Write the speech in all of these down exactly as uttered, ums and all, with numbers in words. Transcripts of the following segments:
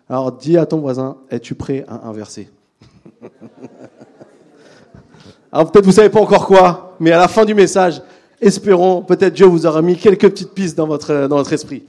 Alors dis à ton voisin, es-tu prêt à inverser? Alors peut-être vous ne savez pas encore quoi, mais à la fin du message, espérons, peut-être Dieu vous aura mis quelques petites pistes dans votre, dans votre esprit.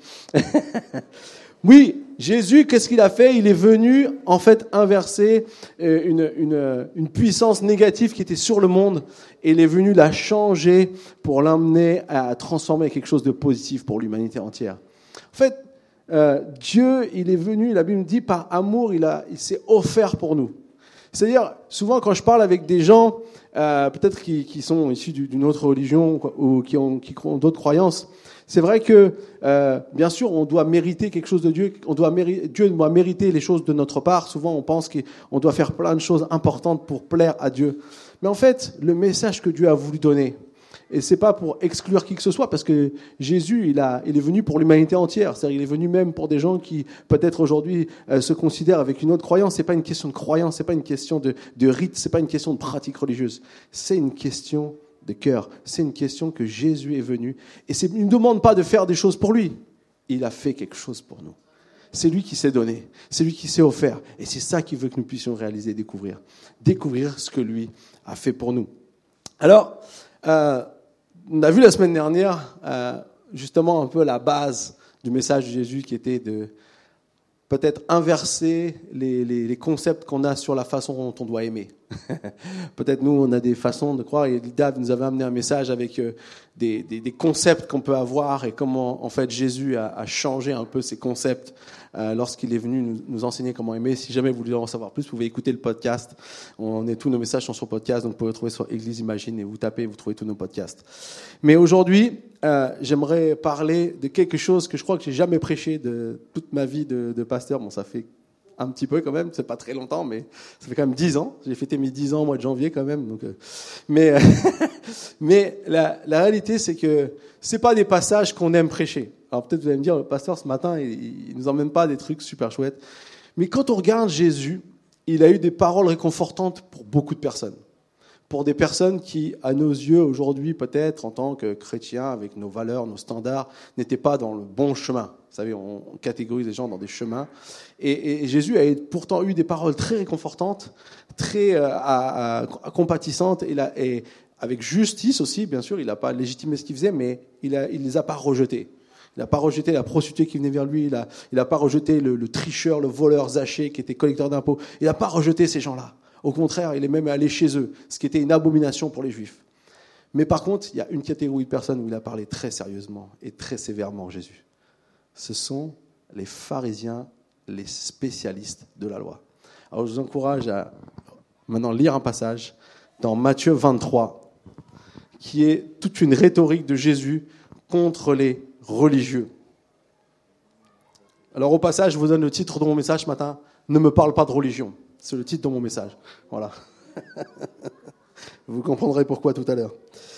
Oui, Jésus, qu'est-ce qu'il a fait? Il est venu, en fait, inverser une, une, une puissance négative qui était sur le monde, et il est venu la changer pour l'amener à transformer quelque chose de positif pour l'humanité entière. En fait, euh, Dieu, il est venu, la Bible dit, par amour, il, a, il s'est offert pour nous. C'est-à-dire, souvent quand je parle avec des gens, euh, peut-être qui, qui sont issus d'une autre religion ou qui ont, qui ont d'autres croyances, c'est vrai que, euh, bien sûr, on doit mériter quelque chose de Dieu. On doit mériter, Dieu doit mériter les choses de notre part. Souvent, on pense qu'on doit faire plein de choses importantes pour plaire à Dieu. Mais en fait, le message que Dieu a voulu donner, et c'est pas pour exclure qui que ce soit, parce que Jésus, il, a, il est venu pour l'humanité entière. C'est-à-dire, il est venu même pour des gens qui, peut-être aujourd'hui, euh, se considèrent avec une autre croyance. C'est pas une question de croyance, c'est pas une question de, de rite, c'est pas une question de pratique religieuse. C'est une question de cœur. C'est une question que Jésus est venu. Et c'est, il ne demande pas de faire des choses pour lui. Il a fait quelque chose pour nous. C'est lui qui s'est donné. C'est lui qui s'est offert. Et c'est ça qu'il veut que nous puissions réaliser, découvrir. Découvrir ce que lui a fait pour nous. Alors, euh, on a vu la semaine dernière, euh, justement, un peu la base du message de Jésus qui était de peut-être inverser les, les, les concepts qu'on a sur la façon dont on doit aimer. Peut-être nous, on a des façons de croire, et Lida nous avait amené un message avec euh, des, des, des concepts qu'on peut avoir et comment, en fait, Jésus a, a changé un peu ces concepts euh, lorsqu'il est venu nous, nous enseigner comment aimer. Si jamais vous voulez en savoir plus, vous pouvez écouter le podcast. On est, tous nos messages sont sur podcast, donc vous pouvez le trouver sur Église Imagine et vous tapez, vous trouvez tous nos podcasts. Mais aujourd'hui, euh, j'aimerais parler de quelque chose que je crois que j'ai jamais prêché de toute ma vie de, de pasteur. Bon, ça fait un petit peu quand même, c'est pas très longtemps, mais ça fait quand même dix ans. J'ai fêté mes dix ans au mois de janvier quand même. Donc, euh, mais euh, mais la, la réalité, c'est que c'est pas des passages qu'on aime prêcher. Alors peut-être vous allez me dire, le pasteur ce matin, il, il nous emmène pas des trucs super chouettes. Mais quand on regarde Jésus, il a eu des paroles réconfortantes pour beaucoup de personnes. Pour des personnes qui, à nos yeux, aujourd'hui, peut-être, en tant que chrétiens, avec nos valeurs, nos standards, n'étaient pas dans le bon chemin. Vous savez, on catégorise les gens dans des chemins. Et, et Jésus a pourtant eu des paroles très réconfortantes, très euh, à, à, à compatissantes, et, la, et avec justice aussi, bien sûr. Il n'a pas légitimé ce qu'il faisait, mais il ne les a pas rejetés. Il n'a pas rejeté la prostituée qui venait vers lui, il n'a il a pas rejeté le, le tricheur, le voleur Zachée qui était collecteur d'impôts. Il n'a pas rejeté ces gens-là. Au contraire, il est même allé chez eux, ce qui était une abomination pour les Juifs. Mais par contre, il y a une catégorie de personnes où il a parlé très sérieusement et très sévèrement, Jésus. Ce sont les pharisiens, les spécialistes de la loi. Alors je vous encourage à maintenant lire un passage dans Matthieu vingt-trois, qui est toute une rhétorique de Jésus contre les religieux. Alors au passage, je vous donne le titre de mon message ce matin, « Ne me parle pas de religion ». C'est le titre de mon message. Voilà. Vous comprendrez pourquoi tout à l'heure.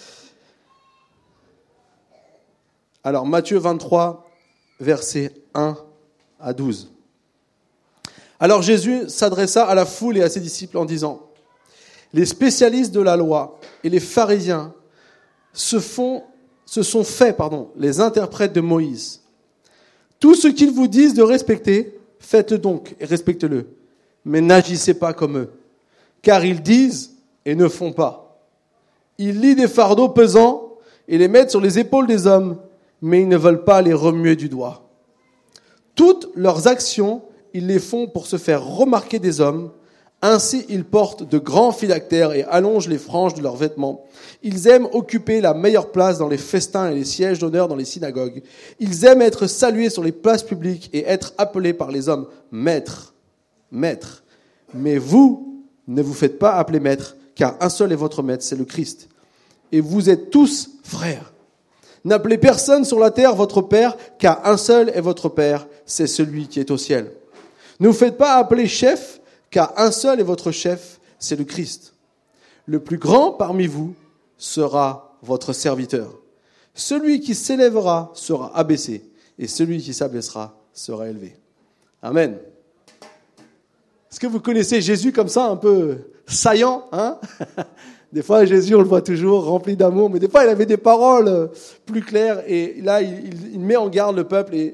Alors, Matthieu vingt-trois, versets un à douze. Alors Jésus s'adressa à la foule et à ses disciples en disant : « Les spécialistes de la loi et les pharisiens se, font, se sont faits pardon, les interprètes de Moïse. Tout ce qu'ils vous disent de respecter, faites-le donc et respectez-le. Mais n'agissez pas comme eux, car ils disent et ne font pas. Ils lient des fardeaux pesants et les mettent sur les épaules des hommes, mais ils ne veulent pas les remuer du doigt. Toutes leurs actions, ils les font pour se faire remarquer des hommes. Ainsi, ils portent de grands phylactères et allongent les franges de leurs vêtements. Ils aiment occuper la meilleure place dans les festins et les sièges d'honneur dans les synagogues. Ils aiment être salués sur les places publiques et être appelés par les hommes « maître ». Maître. Mais vous, ne vous faites pas appeler maître, car un seul est votre maître, c'est le Christ. Et vous êtes tous frères. N'appelez personne sur la terre votre père, car un seul est votre père, c'est celui qui est au ciel. Ne vous faites pas appeler chef, car un seul est votre chef, c'est le Christ. Le plus grand parmi vous sera votre serviteur. Celui qui s'élèvera sera abaissé, et celui qui s'abaissera sera élevé. Amen. Est-ce que vous connaissez Jésus comme ça, un peu saillant, hein? Des fois, Jésus, on le voit toujours rempli d'amour, mais des fois, il avait des paroles plus claires. Et là, il, il met en garde le peuple. Et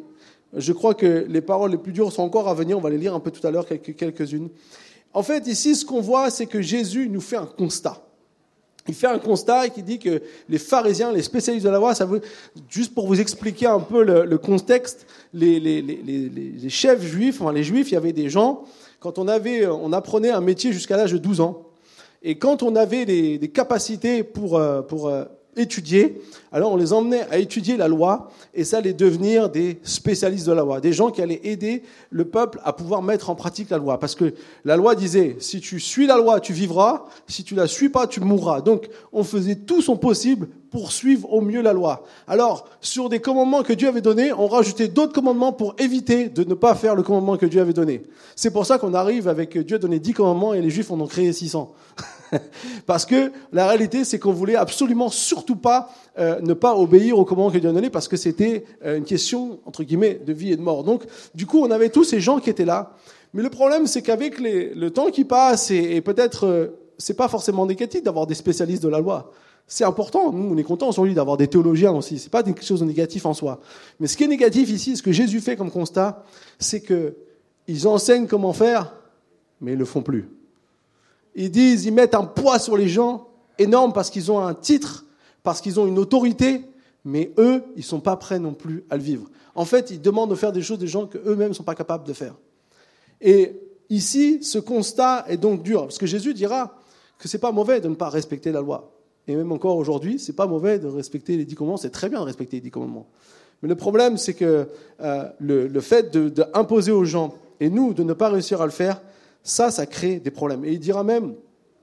Je crois que les paroles les plus dures sont encore à venir. On va les lire un peu tout à l'heure, quelques, quelques-unes. En fait, ici, ce qu'on voit, c'est que Jésus nous fait un constat. Il fait un constat qui dit que les pharisiens, les spécialistes de la loi, ça veut, juste pour vous expliquer un peu le, le contexte, les, les, les, les, les chefs juifs, enfin les juifs, il y avait des gens, quand on avait, on apprenait un métier jusqu'à l'âge de douze ans, et quand on avait des, des capacités pour, pour étudier, alors on les emmenait à étudier la loi, et ça allait devenir des spécialistes de la loi, des gens qui allaient aider le peuple à pouvoir mettre en pratique la loi. Parce que la loi disait, si tu suis la loi, tu vivras, si tu la suis pas, tu mourras. Donc, on faisait tout son possible pour suivre au mieux la loi. Alors, sur des commandements que Dieu avait donnés, on rajoutait d'autres commandements pour éviter de ne pas faire le commandement que Dieu avait donné. C'est pour ça qu'on arrive avec Dieu a donné dix commandements et les Juifs en ont créé six cents. Parce que la réalité, c'est qu'on voulait absolument surtout pas euh, ne pas obéir aux commandements que Dieu a donnés parce que c'était euh, une question, entre guillemets, de vie et de mort. Donc, du coup, on avait tous ces gens qui étaient là. Mais le problème, c'est qu'avec les, le temps qui passe, et, et peut-être, euh, c'est pas forcément négatif d'avoir des spécialistes de la loi. C'est important. Nous, on est contents aujourd'hui d'avoir des théologiens aussi. C'est pas quelque chose de négatif en soi. Mais ce qui est négatif ici, ce que Jésus fait comme constat, c'est que ils enseignent comment faire, mais ils le font plus. Ils disent, ils mettent un poids sur les gens énorme parce qu'ils ont un titre, parce qu'ils ont une autorité, mais eux, ils sont pas prêts non plus à le vivre. En fait, ils demandent de faire des choses des gens qu'eux-mêmes sont pas capables de faire. Et ici, ce constat est donc dur, parce que Jésus dira que c'est pas mauvais de ne pas respecter la loi. Et même encore aujourd'hui, c'est pas mauvais de respecter les dix commandements, c'est très bien de respecter les dix commandements. Mais le problème, c'est que euh, le, le fait de, de imposer aux gens, et nous, de ne pas réussir à le faire, ça, ça crée des problèmes. Et il dira même,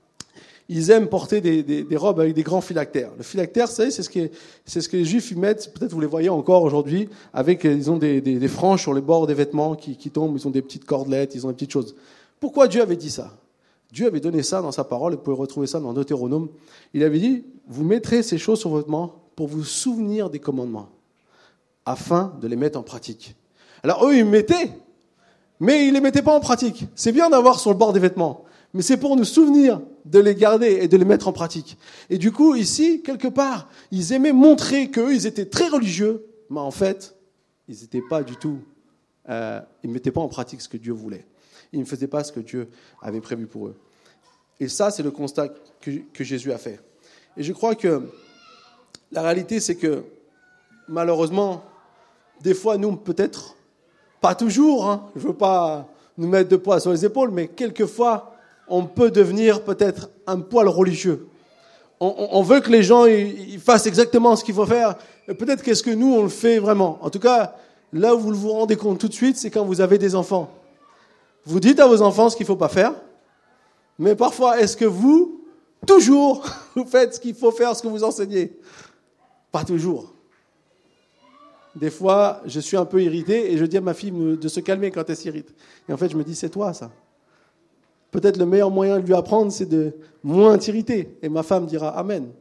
ils aiment porter des, des, des robes avec des grands phylactères. Le phylactère, vous savez, c'est ce, qui est, c'est ce que les Juifs y mettent, peut-être vous les voyez encore aujourd'hui, avec, ils ont des, des, des franges sur les bords des vêtements qui, qui tombent, ils ont des petites cordelettes, ils ont des petites choses. Pourquoi Dieu avait dit ça ? Dieu avait donné ça dans sa parole, et vous pouvez retrouver ça dans Deutéronome. Il avait dit, vous mettrez ces choses sur vos vêtements pour vous souvenir des commandements, afin de les mettre en pratique. Alors eux, ils mettaient, mais ils ne les mettaient pas en pratique. C'est bien d'avoir sur le bord des vêtements, mais c'est pour nous souvenir de les garder et de les mettre en pratique. Et du coup, ici, quelque part, ils aimaient montrer qu'eux, ils étaient très religieux, mais en fait, ils n'étaient pas du tout, euh, ils ne mettaient pas en pratique ce que Dieu voulait. Ils ne faisaient pas ce que Dieu avait prévu pour eux. Et ça, c'est le constat que, que Jésus a fait. Et je crois que la réalité, c'est que, malheureusement, des fois, nous, peut-être, pas toujours, hein, je ne veux pas nous mettre de poids sur les épaules, mais quelquefois, on peut devenir peut-être un poil religieux. On, on, on veut que les gens ils, ils fassent exactement ce qu'il faut faire. Et peut-être qu'est-ce que nous, on le fait vraiment. En tout cas, là où vous vous rendez compte tout de suite, c'est quand vous avez des enfants. Vous dites à vos enfants ce qu'il ne faut pas faire, mais parfois, est-ce que vous, toujours, vous faites ce qu'il faut faire, ce que vous enseignez ? Pas toujours. Des fois, je suis un peu irrité et je dis à ma fille de se calmer quand elle s'irrite. Et en fait, je me dis, c'est toi, ça. Peut-être le meilleur moyen de lui apprendre, c'est de moins t'irriter. Et ma femme dira Amen.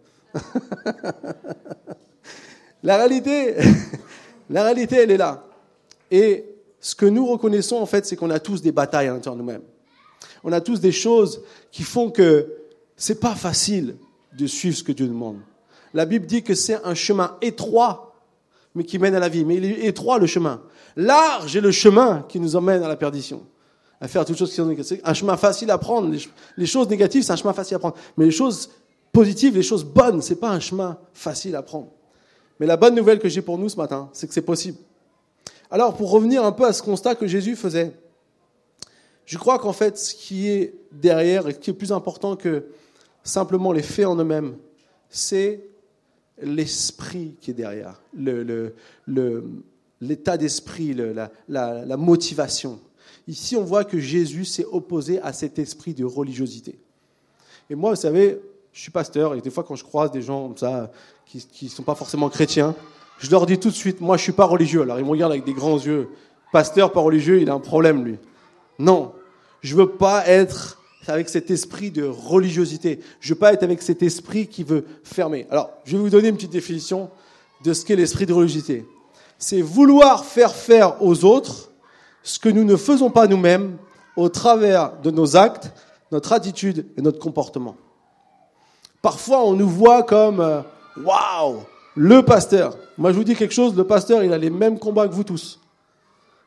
La réalité, la réalité, elle est là. Et ce que nous reconnaissons, en fait, c'est qu'on a tous des batailles à l'intérieur de nous-mêmes. On a tous des choses qui font que c'est pas facile de suivre ce que Dieu demande. La Bible dit que c'est un chemin étroit, mais qui mène à la vie. Mais il est étroit, le chemin. Large est le chemin qui nous emmène à la perdition. À faire toutes choses qui sont négatives. C'est un chemin facile à prendre. Les, les choses négatives, c'est un chemin facile à prendre. Mais les choses positives, les choses bonnes, c'est pas un chemin facile à prendre. Mais la bonne nouvelle que j'ai pour nous ce matin, c'est que c'est possible. Alors, pour revenir un peu à ce constat que Jésus faisait, je crois qu'en fait, ce qui est derrière et ce qui est plus important que simplement les faits en eux-mêmes, c'est l'esprit qui est derrière, le, le, le, l'état d'esprit, le, la, la, la motivation. Ici, on voit que Jésus s'est opposé à cet esprit de religiosité. Et moi, vous savez, je suis pasteur, et des fois, quand je croise des gens comme ça, qui ne sont pas forcément chrétiens, je leur dis tout de suite, moi, je ne suis pas religieux. Alors, ils me regardent avec des grands yeux. Pasteur, pas religieux, il a un problème, lui. Non, je ne veux pas être avec cet esprit de religiosité. Je ne veux pas être avec cet esprit qui veut fermer. Alors, je vais vous donner une petite définition de ce qu'est l'esprit de religiosité. C'est vouloir faire faire aux autres ce que nous ne faisons pas nous-mêmes au travers de nos actes, notre attitude et notre comportement. Parfois, on nous voit comme euh, « Waouh, le pasteur !» Moi, je vous dis quelque chose, le pasteur, il a les mêmes combats que vous tous.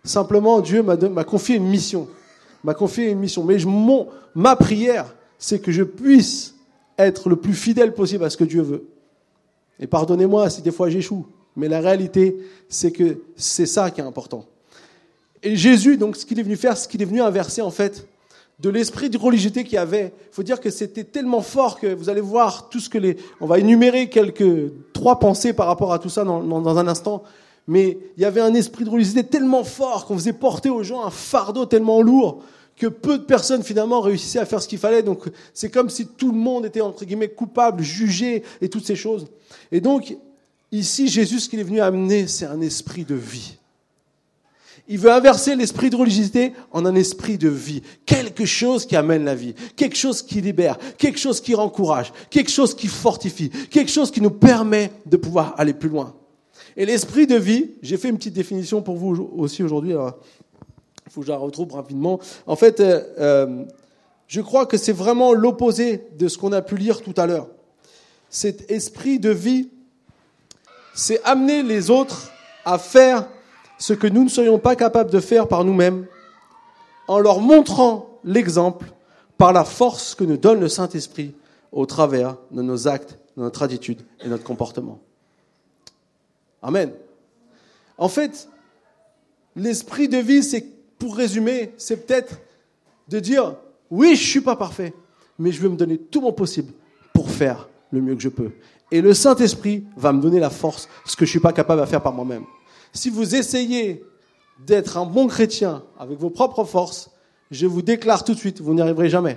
Simplement, Dieu m'a, m'a confié une mission. M'a confié une mission. Mais je, mon, ma prière, c'est que je puisse être le plus fidèle possible à ce que Dieu veut. Et pardonnez-moi si des fois j'échoue. Mais la réalité, c'est que c'est ça qui est important. Et Jésus, donc, ce qu'il est venu faire, ce qu'il est venu inverser, en fait, de l'esprit de religiosité qu'il y avait. Il faut dire que c'était tellement fort que vous allez voir tout ce que les... On va énumérer quelques trois pensées par rapport à tout ça dans, dans, dans un instant. Mais il y avait un esprit de religiosité tellement fort qu'on faisait porter aux gens un fardeau tellement lourd que peu de personnes finalement réussissaient à faire ce qu'il fallait. Donc c'est comme si tout le monde était entre guillemets coupable, jugé et toutes ces choses. Et donc ici Jésus, ce qu'il est venu amener, c'est un esprit de vie. Il veut inverser l'esprit de religiosité en un esprit de vie. Quelque chose qui amène la vie, quelque chose qui libère, quelque chose qui encourage, quelque chose qui fortifie, quelque chose qui nous permet de pouvoir aller plus loin. Et l'esprit de vie, j'ai fait une petite définition pour vous aussi aujourd'hui, alors il faut que je la retrouve rapidement. En fait, euh, euh, je crois que c'est vraiment l'opposé de ce qu'on a pu lire tout à l'heure. Cet esprit de vie, c'est amener les autres à faire ce que nous ne serions pas capables de faire par nous-mêmes, en leur montrant l'exemple par la force que nous donne le Saint-Esprit au travers de nos actes, de notre attitude et notre comportement. Amen. En fait, l'esprit de vie, c'est, pour résumer, c'est peut-être de dire, oui, je suis pas parfait, mais je vais me donner tout mon possible pour faire le mieux que je peux. Et le Saint-Esprit va me donner la force, ce que je suis pas capable de faire par moi-même. Si vous essayez d'être un bon chrétien avec vos propres forces, je vous déclare tout de suite, vous n'y arriverez jamais.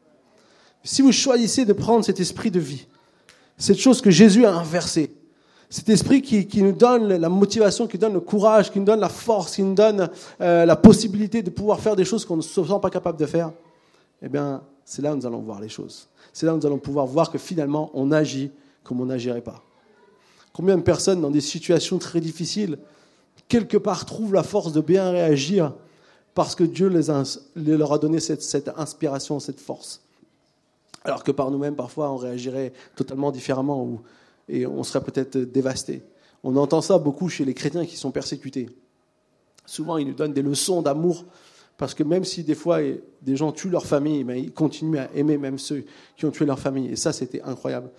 Si vous choisissez de prendre cet esprit de vie, cette chose que Jésus a inversée, cet esprit qui, qui nous donne la motivation, qui nous donne le courage, qui nous donne la force, qui nous donne euh, la possibilité de pouvoir faire des choses qu'on ne se sent pas capable de faire, eh bien, c'est là où nous allons voir les choses. C'est là où nous allons pouvoir voir que finalement, on agit comme on n'agirait pas. Combien de personnes dans des situations très difficiles, quelque part, trouvent la force de bien réagir parce que Dieu les a, leur a donné cette, cette inspiration, cette force. Alors que par nous-mêmes, parfois, on réagirait totalement différemment ou, et on serait peut-être dévasté. On entend ça beaucoup chez les chrétiens qui sont persécutés. Souvent, ils nous donnent des leçons d'amour parce que même si des fois des gens tuent leur famille, mais ils continuent à aimer même ceux qui ont tué leur famille. Et ça, c'était incroyable.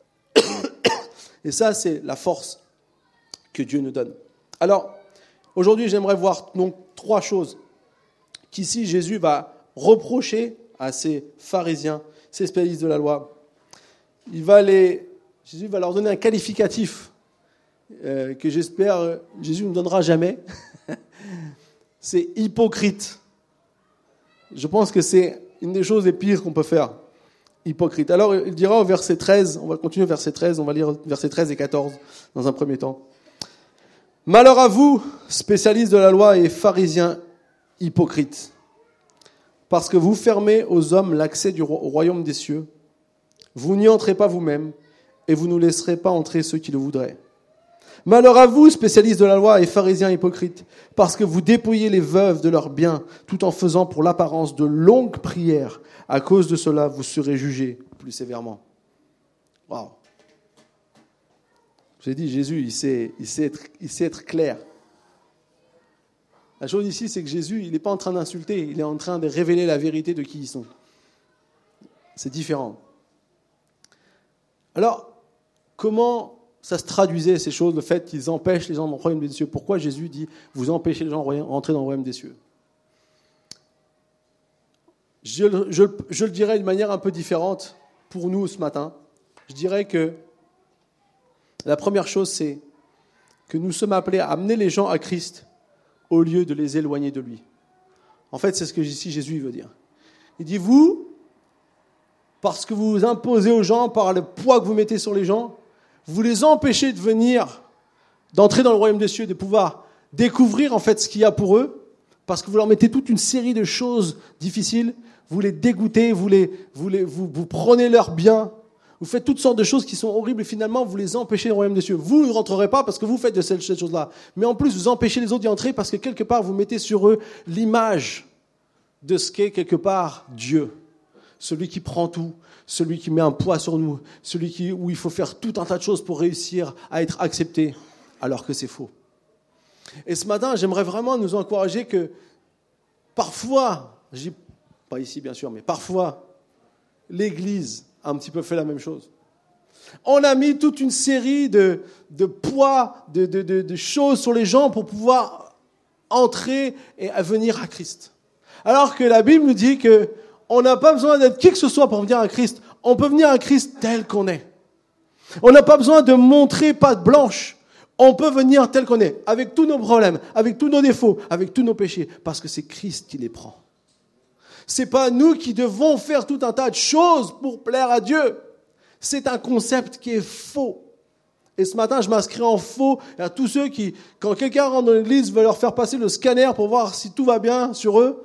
Et ça, c'est la force que Dieu nous donne. Alors, aujourd'hui, j'aimerais voir donc trois choses qu'ici Jésus va reprocher à ces pharisiens, ces spécialistes de la loi. Il va les, Jésus va leur donner un qualificatif euh, que j'espère euh, Jésus ne nous donnera jamais. C'est hypocrite. Je pense que c'est une des choses les pires qu'on peut faire. Hypocrite. Alors, il dira au verset treize, on va continuer au verset treize, on va lire verset treize et quatorze dans un premier temps. Malheur à vous, spécialistes de la loi et pharisiens hypocrites, parce que vous fermez aux hommes l'accès du ro- au royaume des cieux, vous n'y entrez pas vous-même, et vous ne laisserez pas entrer ceux qui le voudraient. Malheur à vous, spécialistes de la loi et pharisiens hypocrites, parce que vous dépouillez les veuves de leurs biens, tout en faisant pour l'apparence de longues prières. À cause de cela, vous serez jugés plus sévèrement. Waouh! J'ai dit, Jésus, il sait, il sait être, il sait être clair. La chose ici, c'est que Jésus, il n'est pas en train d'insulter, il est en train de révéler la vérité de qui ils sont. C'est différent. Alors, comment ça se traduisait, ces choses, le fait qu'ils empêchent les gens dans le royaume des cieux? Pourquoi Jésus dit, vous empêchez les gens de rentrer dans le royaume des cieux? Je, je, je le dirais d'une manière un peu différente pour nous ce matin. Je dirais que la première chose, c'est que nous sommes appelés à amener les gens à Christ au lieu de les éloigner de lui. En fait, c'est ce que ici Jésus veut dire. Il dit, vous, parce que vous vous imposez aux gens par le poids que vous mettez sur les gens, vous les empêchez de venir, d'entrer dans le royaume des cieux, de pouvoir découvrir en fait ce qu'il y a pour eux, parce que vous leur mettez toute une série de choses difficiles, vous les dégoûtez, vous, les, vous, les, vous, vous prenez leurs biens, vous faites toutes sortes de choses qui sont horribles et finalement vous les empêchez dans le royaume des cieux. Vous ne rentrerez pas parce que vous faites de ces, ces choses-là, mais en plus vous empêchez les autres d'y entrer parce que quelque part vous mettez sur eux l'image de ce qu'est quelque part Dieu. Celui qui prend tout, celui qui met un poids sur nous, celui qui, où il faut faire tout un tas de choses pour réussir à être accepté, alors que c'est faux. Et ce matin, j'aimerais vraiment nous encourager que parfois, je dis pas ici bien sûr, mais parfois, l'Église a un petit peu fait la même chose. On a mis toute une série de, de poids, de, de, de, de choses sur les gens pour pouvoir entrer et venir à Christ. Alors que la Bible nous dit qu'on n'a pas besoin d'être qui que ce soit pour venir à Christ. On peut venir à Christ tel qu'on est. On n'a pas besoin de montrer patte blanche. On peut venir tel qu'on est, avec tous nos problèmes, avec tous nos défauts, avec tous nos péchés, parce que c'est Christ qui les prend. C'est pas nous qui devons faire tout un tas de choses pour plaire à Dieu. C'est un concept qui est faux. Et ce matin, je m'inscris en faux à tous ceux qui, quand quelqu'un rentre dans l'église, veulent leur faire passer le scanner pour voir si tout va bien sur eux.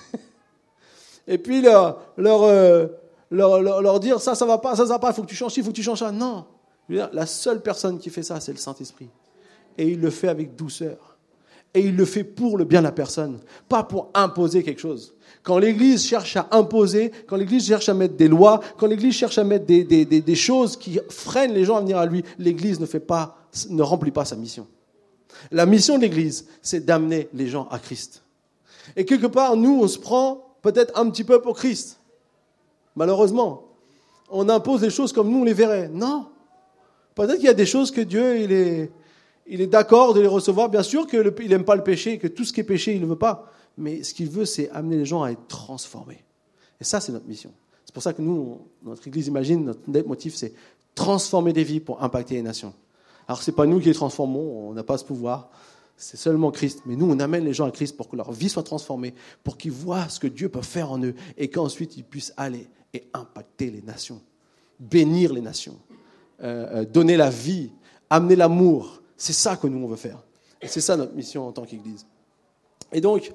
Et puis leur, leur, euh, leur, leur, leur dire ça, ça va pas, ça, ça va pas, il faut que tu changes ci, il faut que tu changes ça. Non. Je veux dire, la seule personne qui fait ça, c'est le Saint-Esprit. Et il le fait avec douceur. Et il le fait pour le bien de la personne, pas pour imposer quelque chose. Quand l'Église cherche à imposer, quand l'Église cherche à mettre des lois, quand l'Église cherche à mettre des, des, des, des choses qui freinent les gens à venir à lui, l'Église ne fait pas, ne remplit pas sa mission. La mission de l'Église, c'est d'amener les gens à Christ. Et quelque part, nous, on se prend peut-être un petit peu pour Christ. Malheureusement, on impose les choses comme nous, on les verrait. Non. Peut-être qu'il y a des choses que Dieu, il est, il est d'accord de les recevoir. Bien sûr qu'il n'aime pas le péché, que tout ce qui est péché, il ne veut pas. Mais ce qu'il veut, c'est amener les gens à être transformés. Et ça, c'est notre mission. C'est pour ça que nous, notre Église Imagine, notre motif, c'est transformer des vies pour impacter les nations. Alors, ce n'est pas nous qui les transformons, on n'a pas ce pouvoir. C'est seulement Christ. Mais nous, on amène les gens à Christ pour que leur vie soit transformée, pour qu'ils voient ce que Dieu peut faire en eux et qu'ensuite, ils puissent aller et impacter les nations, bénir les nations, euh, donner la vie, amener l'amour. C'est ça que nous, on veut faire. Et c'est ça notre mission en tant qu'Église. Et donc,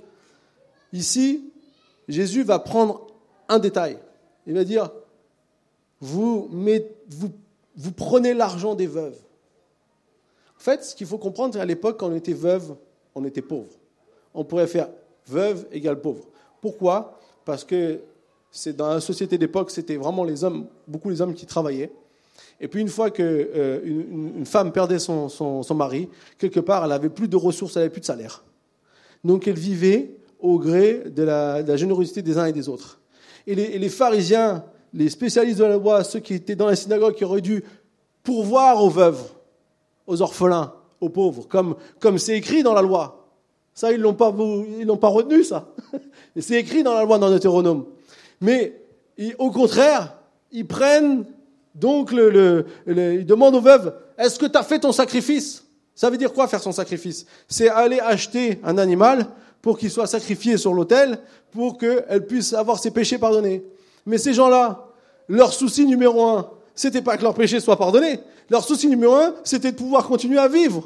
ici, Jésus va prendre un détail. Il va dire, vous, met, vous, vous prenez l'argent des veuves. En fait, ce qu'il faut comprendre, c'est qu'à l'époque, quand on était veuve, on était pauvre. On pourrait faire veuve égale pauvre. Pourquoi ? Parce que c'est dans la société d'époque, c'était vraiment les hommes, beaucoup les hommes qui travaillaient. Et puis une fois qu'une euh, une, une femme perdait son, son, son mari, quelque part, elle n'avait plus de ressources, elle n'avait plus de salaire. Donc elle vivait au gré de la, de la générosité des uns et des autres. Et les, et les pharisiens, les spécialistes de la loi, ceux qui étaient dans la synagogue, qui auraient dû pourvoir aux veuves, aux orphelins, aux pauvres, comme, comme c'est écrit dans la loi. Ça, ils ne l'ont pas, ils l'ont pas retenu, ça. Et c'est écrit dans la loi, dans Deutéronome. Mais ils, au contraire, ils prennent, donc, le, le, le, ils demandent aux veuves, est-ce que tu as fait ton sacrifice ? Ça veut dire quoi, faire son sacrifice ? C'est aller acheter un animal pour qu'il soit sacrifié sur l'autel, pour qu'elle puisse avoir ses péchés pardonnés. Mais ces gens-là, leur souci numéro un, c'était pas que leurs péchés soient pardonnés. Leur souci numéro un, c'était de pouvoir continuer à vivre.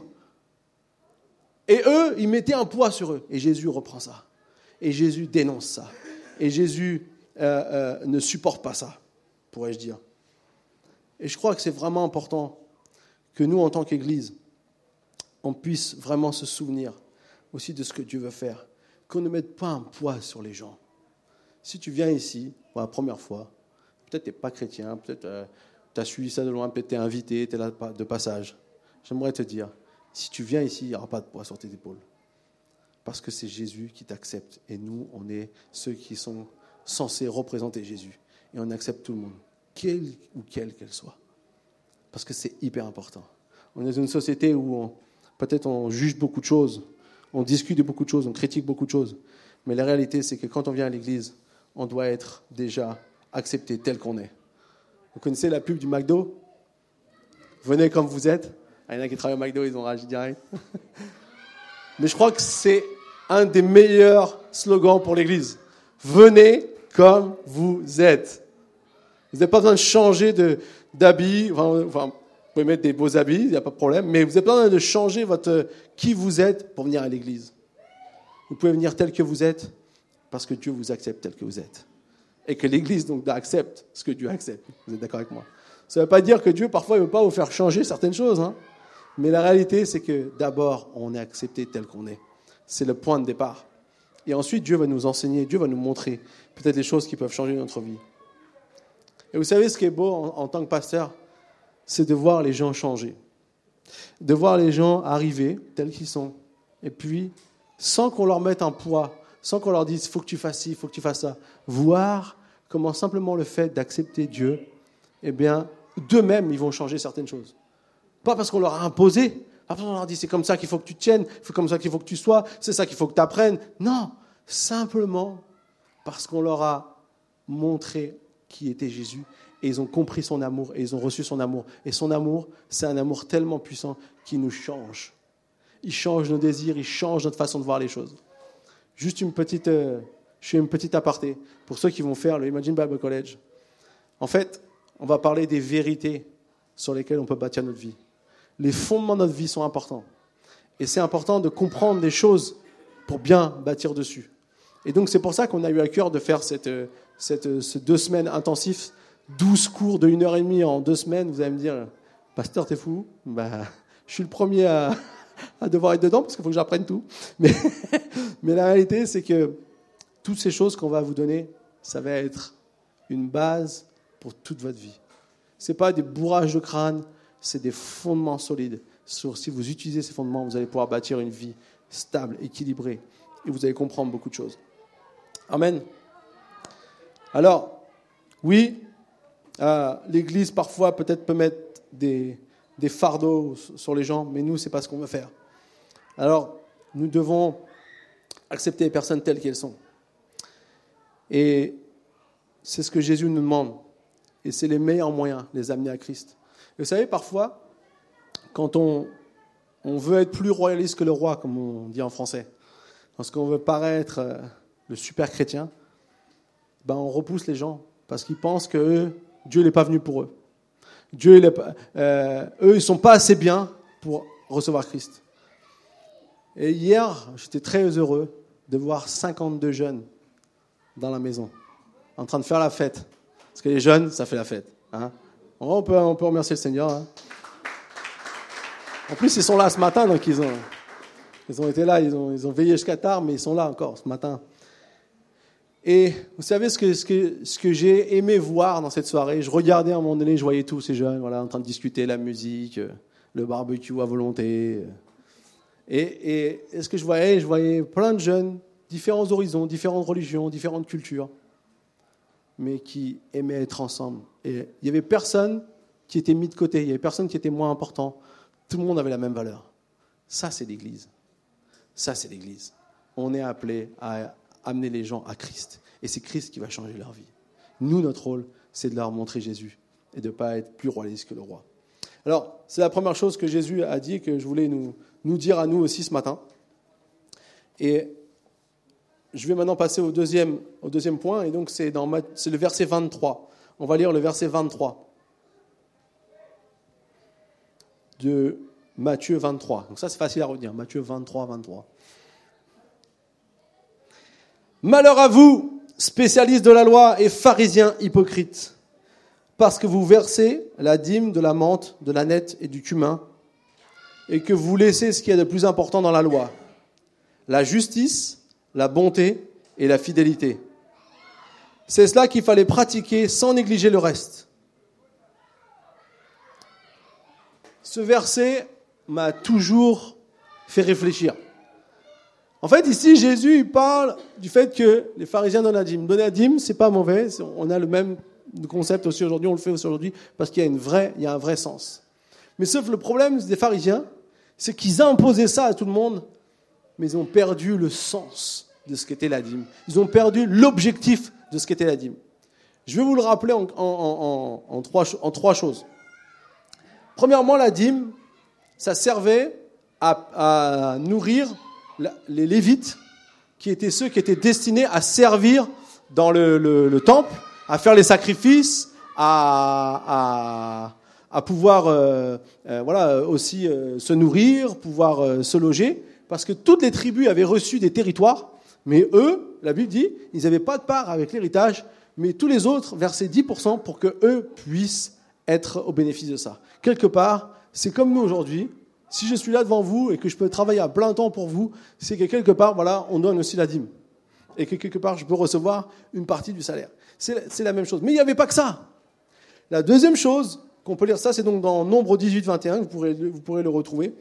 Et eux, ils mettaient un poids sur eux. Et Jésus reprend ça. Et Jésus dénonce ça. Et Jésus euh, euh, ne supporte pas ça, pourrais-je dire. Et je crois que c'est vraiment important que nous, en tant qu'Église, on puisse vraiment se souvenir aussi de ce que Dieu veut faire. Qu'on ne mette pas un poids sur les gens. Si tu viens ici pour la première fois, peut-être tu n'es pas chrétien, peut-être euh, tu as suivi ça de loin, peut-être tu es invité, tu es là de passage. J'aimerais te dire, si tu viens ici, il n'y aura pas de poids sur tes épaules. Parce que c'est Jésus qui t'accepte. Et nous, on est ceux qui sont censés représenter Jésus. Et on accepte tout le monde, quelle ou quelle qu'elle soit. Parce que c'est hyper important. On est dans une société où on, peut-être on juge beaucoup de choses, on discute de beaucoup de choses, on critique beaucoup de choses. Mais la réalité, c'est que quand on vient à l'église, on doit être déjà accepté tel qu'on est. Vous connaissez la pub du McDo ? Venez comme vous êtes. Ah, il y en a qui travaillent au McDo, ils ont réagi direct. Mais je crois que c'est un des meilleurs slogans pour l'église. Venez comme vous êtes. Vous n'avez pas besoin de changer de, d'habits. Enfin, enfin, vous pouvez mettre des beaux habits, il n'y a pas de problème. Mais vous n'avez pas besoin de changer votre, qui vous êtes pour venir à l'église. Vous pouvez venir tel que vous êtes parce que Dieu vous accepte tel que vous êtes. Et que l'église donc accepte ce que Dieu accepte. Vous êtes d'accord avec moi ? Ça ne veut pas dire que Dieu, parfois, il ne veut pas vous faire changer certaines choses. Hein. Mais la réalité, c'est que d'abord, on est accepté tel qu'on est. C'est le point de départ. Et ensuite, Dieu va nous enseigner, Dieu va nous montrer peut-être les choses qui peuvent changer notre vie. Et vous savez, ce qui est beau en, en tant que pasteur, c'est de voir les gens changer. De voir les gens arriver tels qu'ils sont et puis, sans qu'on leur mette un poids, sans qu'on leur dise, il faut que tu fasses ci, il faut que tu fasses ça, voir comment simplement le fait d'accepter Dieu, eh bien, d'eux-mêmes, ils vont changer certaines choses. Pas parce qu'on leur a imposé, pas parce qu'on leur a dit, c'est comme ça qu'il faut que tu tiennes, c'est comme ça qu'il faut que tu sois, c'est ça qu'il faut que tu apprennes. Non, simplement parce qu'on leur a montré qui était Jésus, et ils ont compris son amour, et ils ont reçu son amour. Et son amour, c'est un amour tellement puissant qui nous change. Il change nos désirs, il change notre façon de voir les choses. Juste une petite, euh, je fais une petite aparté pour ceux qui vont faire le Imagine Bible College. En fait, on va parler des vérités sur lesquelles on peut bâtir notre vie. Les fondements de notre vie sont importants. Et c'est important de comprendre des choses pour bien bâtir dessus. Et donc, c'est pour ça qu'on a eu à cœur de faire cette, cette, ces deux semaines intensives, douze cours de une heure et demie en deux semaines. Vous allez me dire, pasteur, t'es fou ? Bah, je suis le premier à, à devoir être dedans parce qu'il faut que j'apprenne tout. Mais, mais la réalité, c'est que toutes ces choses qu'on va vous donner, ça va être une base pour toute votre vie. Ce n'est pas des bourrages de crâne, c'est des fondements solides. Sur, si vous utilisez ces fondements, vous allez pouvoir bâtir une vie stable, équilibrée, et vous allez comprendre beaucoup de choses. Amen. Alors, oui, euh, l'Église parfois peut-être peut mettre des, des fardeaux sur les gens, mais nous, ce n'est pas ce qu'on veut faire. Alors, nous devons accepter les personnes telles qu'elles sont. Et c'est ce que Jésus nous demande. Et c'est les meilleurs moyens de les amener à Christ. Et vous savez, parfois, quand on, on veut être plus royaliste que le roi, comme on dit en français, parce qu'on veut paraître euh, le super chrétien, ben on repousse les gens parce qu'ils pensent que eux, Dieu n'est pas venu pour eux. Dieu, il est pas, euh, eux, ils ne sont pas assez bien pour recevoir Christ. Et hier, j'étais très heureux de voir cinquante-deux jeunes dans la maison, en train de faire la fête. Parce que les jeunes, ça fait la fête. Hein. On, peut, on peut remercier le Seigneur. Hein. En plus, ils sont là ce matin, donc ils ont, ils ont été là, ils ont, ils ont veillé jusqu'à tard, mais ils sont là encore ce matin. Et vous savez ce que, ce que, ce que j'ai aimé voir dans cette soirée ? Je regardais à un moment donné, je voyais tous ces jeunes voilà, en train de discuter la musique, le barbecue à volonté. Et, et, et ce que je voyais, je voyais plein de jeunes, différents horizons, différentes religions, différentes cultures, mais qui aimaient être ensemble. Et il n'y avait personne qui était mis de côté, il n'y avait personne qui était moins important. Tout le monde avait la même valeur. Ça, c'est l'Église. Ça, c'est l'Église. On est appelé à amener les gens à Christ. Et c'est Christ qui va changer leur vie. Nous, notre rôle, c'est de leur montrer Jésus et de ne pas être plus royaliste que le roi. Alors, c'est la première chose que Jésus a dit et que je voulais nous, nous dire à nous aussi ce matin. Et je vais maintenant passer au deuxième, au deuxième point, et donc c'est, dans, c'est le verset vingt-trois. On va lire le verset vingt-trois de Matthieu vingt-trois. Donc ça, c'est facile à retenir. Matthieu vingt-trois, vingt-trois. Malheur à vous, spécialistes de la loi et pharisiens hypocrites, parce que vous versez la dîme de la menthe, de la nette et du cumin, et que vous laissez ce qu'il y a de plus important dans la loi, la justice, la bonté et la fidélité. C'est cela qu'il fallait pratiquer sans négliger le reste. Ce verset m'a toujours fait réfléchir. En fait, ici, Jésus il parle du fait que les pharisiens donnent la dîme. Donner la dîme, c'est pas mauvais. On a le même concept aussi aujourd'hui, on le fait aussi aujourd'hui, parce qu'il y a, une vraie, il y a un vrai sens. Mais sauf le problème des pharisiens, c'est qu'ils imposaient ça à tout le monde, mais ils ont perdu le sens de ce qu'était la dîme. Ils ont perdu l'objectif de ce qu'était la dîme. Je vais vous le rappeler en, en, en, en, trois, en trois choses. Premièrement, la dîme, ça servait à, à nourrir les Lévites, qui étaient ceux qui étaient destinés à servir dans le, le, le temple, à faire les sacrifices, à, à, à pouvoir euh, euh, voilà, aussi euh, se nourrir, pouvoir euh, se loger, parce que toutes les tribus avaient reçu des territoires, mais eux, la Bible dit, ils n'avaient pas de part avec l'héritage, mais tous les autres versaient dix pour cent pour qu'eux puissent être au bénéfice de ça. Quelque part, c'est comme nous aujourd'hui. Si je suis là devant vous et que je peux travailler à plein temps pour vous, c'est que quelque part, voilà, on donne aussi la dîme. Et que quelque part, je peux recevoir une partie du salaire. C'est, c'est la même chose. Mais il n'y avait pas que ça. La deuxième chose qu'on peut lire, ça c'est donc dans Nombre dix-huit, vingt et un, vous pourrez, vous pourrez le retrouver.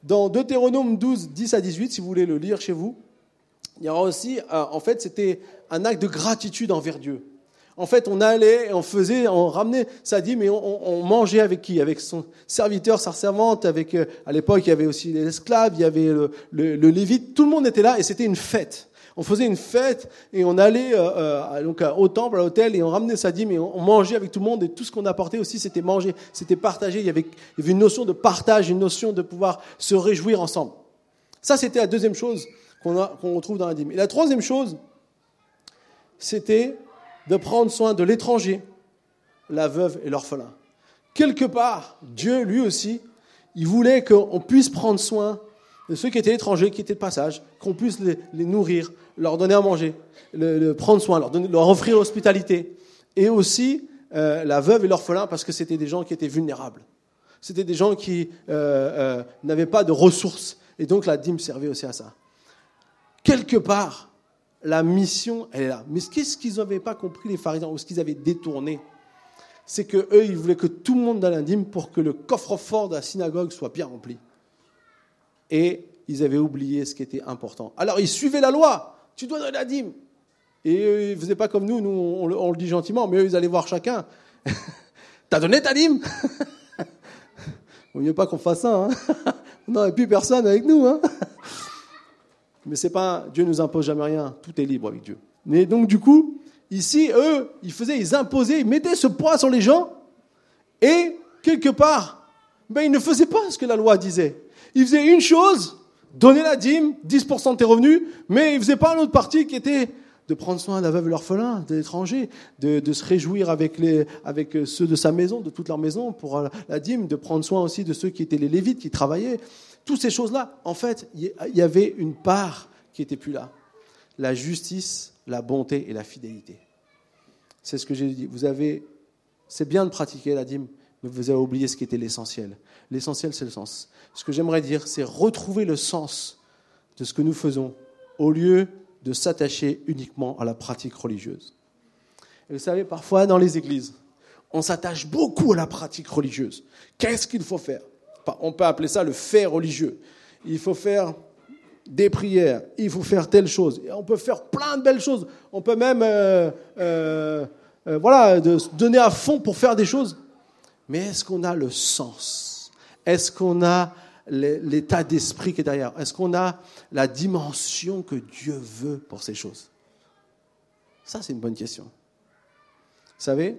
Dans Deutéronome douze, dix à dix-huit, si vous voulez le lire chez vous, il y aura aussi, euh, en fait, c'était un acte de gratitude envers Dieu. En fait, on allait, et on faisait, on ramenait sa dîme et on, on mangeait avec qui? Avec son serviteur, sa servante, avec, euh, à l'époque, il y avait aussi les esclaves, il y avait le, le, le lévite, tout le monde était là et c'était une fête. On faisait une fête et on allait euh, euh, donc, au temple, à l'autel et on ramenait sa dîme et on, on mangeait avec tout le monde et tout ce qu'on apportait aussi, c'était manger, c'était partager. Il y avait, il y avait une notion de partage, une notion de pouvoir se réjouir ensemble. Ça, c'était la deuxième chose qu'on, a, qu'on retrouve dans la dîme. Et la troisième chose, c'était de prendre soin de l'étranger, la veuve et l'orphelin. Quelque part, Dieu, lui aussi, il voulait qu'on puisse prendre soin de ceux qui étaient étrangers, qui étaient de passage, qu'on puisse les, les nourrir, leur donner à manger, le, le prendre soin, leur, donner, leur offrir l'hospitalité. Et aussi euh, la veuve et l'orphelin, parce que c'était des gens qui étaient vulnérables. C'était des gens qui euh, euh, n'avaient pas de ressources. Et donc la dîme servait aussi à ça. Quelque part, la mission, elle est là. Mais qu'est-ce qu'ils n'avaient pas compris, les pharisiens, ou ce qu'ils avaient détourné? C'est qu'eux, ils voulaient que tout le monde donne la dîme pour que le coffre-fort de la synagogue soit bien rempli. Et ils avaient oublié ce qui était important. Alors, ils suivaient la loi. Tu dois donner la dîme. Et eux, ils ne faisaient pas comme nous. Nous, on, on le dit gentiment, mais eux, ils allaient voir chacun. T'as donné ta dîme? Il ne vaut mieux pas qu'on fasse ça. Hein. On n'aurait plus personne avec nous. Hein. Mais c'est pas, Dieu nous impose jamais rien. Tout est libre avec Dieu. Mais donc, du coup, ici, eux, ils faisaient, ils imposaient, ils mettaient ce poids sur les gens. Et, quelque part, ben, ils ne faisaient pas ce que la loi disait. Ils faisaient une chose, donner la dîme, dix pour cent de tes revenus, mais ils ne faisaient pas l'autre partie qui était de prendre soin de la veuve et l'orphelin, de l'étranger, de, de se réjouir avec, les, avec ceux de sa maison, de toute leur maison pour la dîme, de prendre soin aussi de ceux qui étaient les lévites, qui travaillaient. Toutes ces choses-là, en fait, il y avait une part qui n'était plus là. La justice, la bonté et la fidélité. C'est ce que j'ai dit. Vous avez, c'est bien de pratiquer la dîme, mais vous avez oublié ce qui était l'essentiel. L'essentiel, c'est le sens. Ce que j'aimerais dire, c'est retrouver le sens de ce que nous faisons au lieu de s'attacher uniquement à la pratique religieuse. Et vous savez, parfois dans les églises, on s'attache beaucoup à la pratique religieuse. Qu'est-ce qu'il faut faire? On peut appeler ça le fait religieux. Il faut faire des prières, il faut faire telle chose. Et on peut faire plein de belles choses. On peut même euh, euh, euh, voilà, de se donner à fond pour faire des choses. Mais est-ce qu'on a le sens? Est-ce qu'on a l'état d'esprit qui est derrière? Est-ce qu'on a la dimension que Dieu veut pour ces choses? Ça, c'est une bonne question. Vous savez,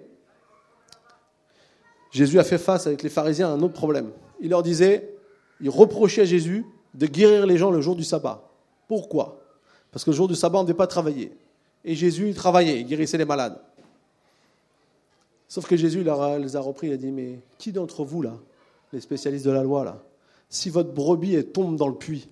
Jésus a fait face avec les pharisiens à un autre problème. Il leur disait, il reprochait à Jésus de guérir les gens le jour du sabbat. Pourquoi? Parce que le jour du sabbat, on ne devait pas travailler. Et Jésus, il travaillait, il guérissait les malades. Sauf que Jésus il leur a, les a repris, il a dit, mais qui d'entre vous, là, les spécialistes de la loi, là, si votre brebis elle tombe dans le puits,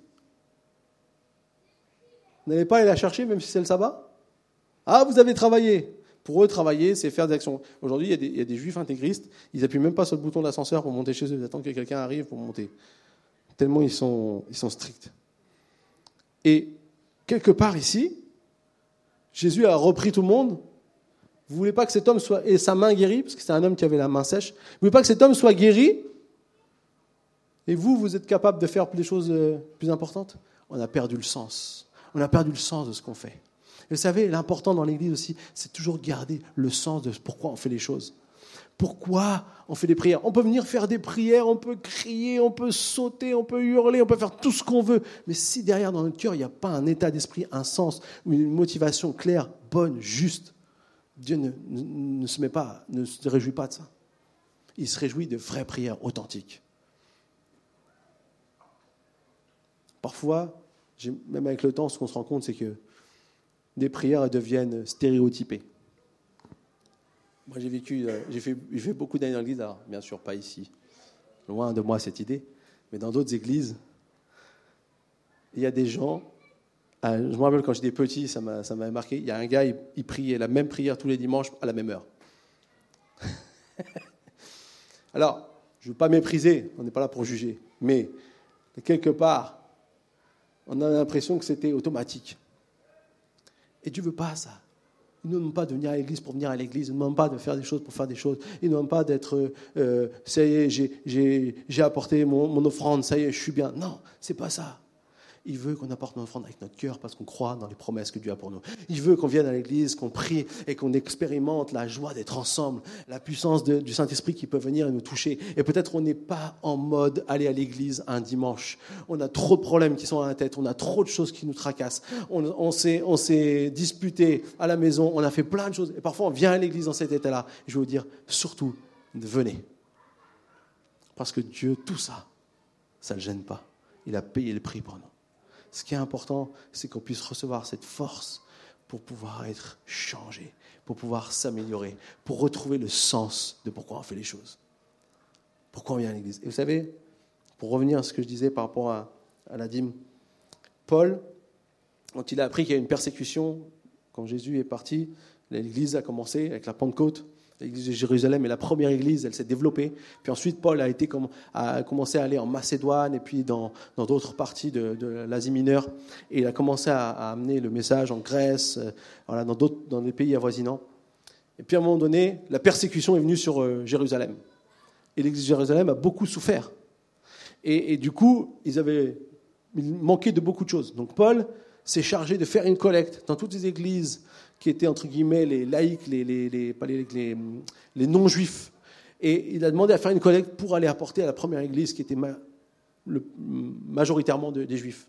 vous n'allez pas aller la chercher, même si c'est le sabbat? Ah, vous avez travaillé. Pour eux, travailler, c'est faire des actions. Aujourd'hui, il y a des, il y a des juifs intégristes, ils n'appuient même pas sur le bouton de l'ascenseur pour monter chez eux, ils attendent que quelqu'un arrive pour monter. Tellement ils sont, ils sont stricts. Et quelque part ici, Jésus a repris tout le monde. Vous ne voulez pas que cet homme soit, et sa main guérie, parce que c'est un homme qui avait la main sèche, vous ne voulez pas que cet homme soit guéri, et vous, vous êtes capable de faire des choses plus importantes? On a perdu le sens. On a perdu le sens de ce qu'on fait. Et vous savez, l'important dans l'Église aussi, c'est toujours garder le sens de pourquoi on fait les choses. Pourquoi on fait des prières? On peut venir faire des prières, on peut crier, on peut sauter, on peut hurler, on peut faire tout ce qu'on veut. Mais si derrière, dans notre cœur, il n'y a pas un état d'esprit, un sens, une motivation claire, bonne, juste, Dieu ne, ne, ne se met pas, ne se réjouit pas de ça. Il se réjouit de vraies prières authentiques. Parfois, même avec le temps, ce qu'on se rend compte, c'est que des prières deviennent stéréotypées. Moi, j'ai vécu, j'ai fait, j'ai fait beaucoup d'années dans l'église, alors bien sûr pas ici, loin de moi cette idée, mais dans d'autres églises, il y a des gens, je me rappelle quand j'étais petit, ça, m'a, ça m'avait marqué, il y a un gars, il, il priait la même prière tous les dimanches à la même heure. Alors, je ne veux pas mépriser, on n'est pas là pour juger, mais quelque part, on a l'impression que c'était automatique. Et Dieu ne veut pas ça. Il ne demande pas de venir à l'église pour venir à l'église. Il ne demande pas de faire des choses pour faire des choses. Il ne demande pas d'être, euh, ça y est, j'ai, j'ai, j'ai apporté mon, mon offrande, ça y est, je suis bien. Non, c'est pas ça. Il veut qu'on apporte notre offrande avec notre cœur parce qu'on croit dans les promesses que Dieu a pour nous. Il veut qu'on vienne à l'église, qu'on prie et qu'on expérimente la joie d'être ensemble, la puissance de, du Saint-Esprit qui peut venir et nous toucher. Et peut-être on n'est pas en mode aller à l'église un dimanche. On a trop de problèmes qui sont à la tête, on a trop de choses qui nous tracassent. On, on, s'est, on s'est disputé à la maison, on a fait plein de choses. Et parfois on vient à l'église dans cet état-là. Je vais vous dire, surtout, venez. Parce que Dieu, tout ça, ça ne le gêne pas. Il a payé le prix pour nous. Ce qui est important, c'est qu'on puisse recevoir cette force pour pouvoir être changé, pour pouvoir s'améliorer, pour retrouver le sens de pourquoi on fait les choses. Pourquoi on vient à l'église. Et vous savez, pour revenir à ce que je disais par rapport à, à la dîme, Paul, quand il a appris qu'il y a une persécution, quand Jésus est parti, l'église a commencé avec la Pentecôte. L'église de Jérusalem est la première église, elle s'est développée. Puis ensuite, Paul a, été, a commencé à aller en Macédoine et puis dans, dans d'autres parties de, de l'Asie mineure. Et il a commencé à, à amener le message en Grèce, euh, voilà, dans, d'autres, dans les pays avoisinants. Et puis à un moment donné, la persécution est venue sur euh, Jérusalem. Et l'église de Jérusalem a beaucoup souffert. Et, et du coup, ils avaient ils manquaient de beaucoup de choses. Donc Paul s'est chargé de faire une collecte dans toutes les églises qui étaient, entre guillemets, les laïcs, les, les, les, pas les, les, les non-juifs. Et il a demandé à faire une collecte pour aller apporter à la première église qui était ma, le, majoritairement de, des juifs.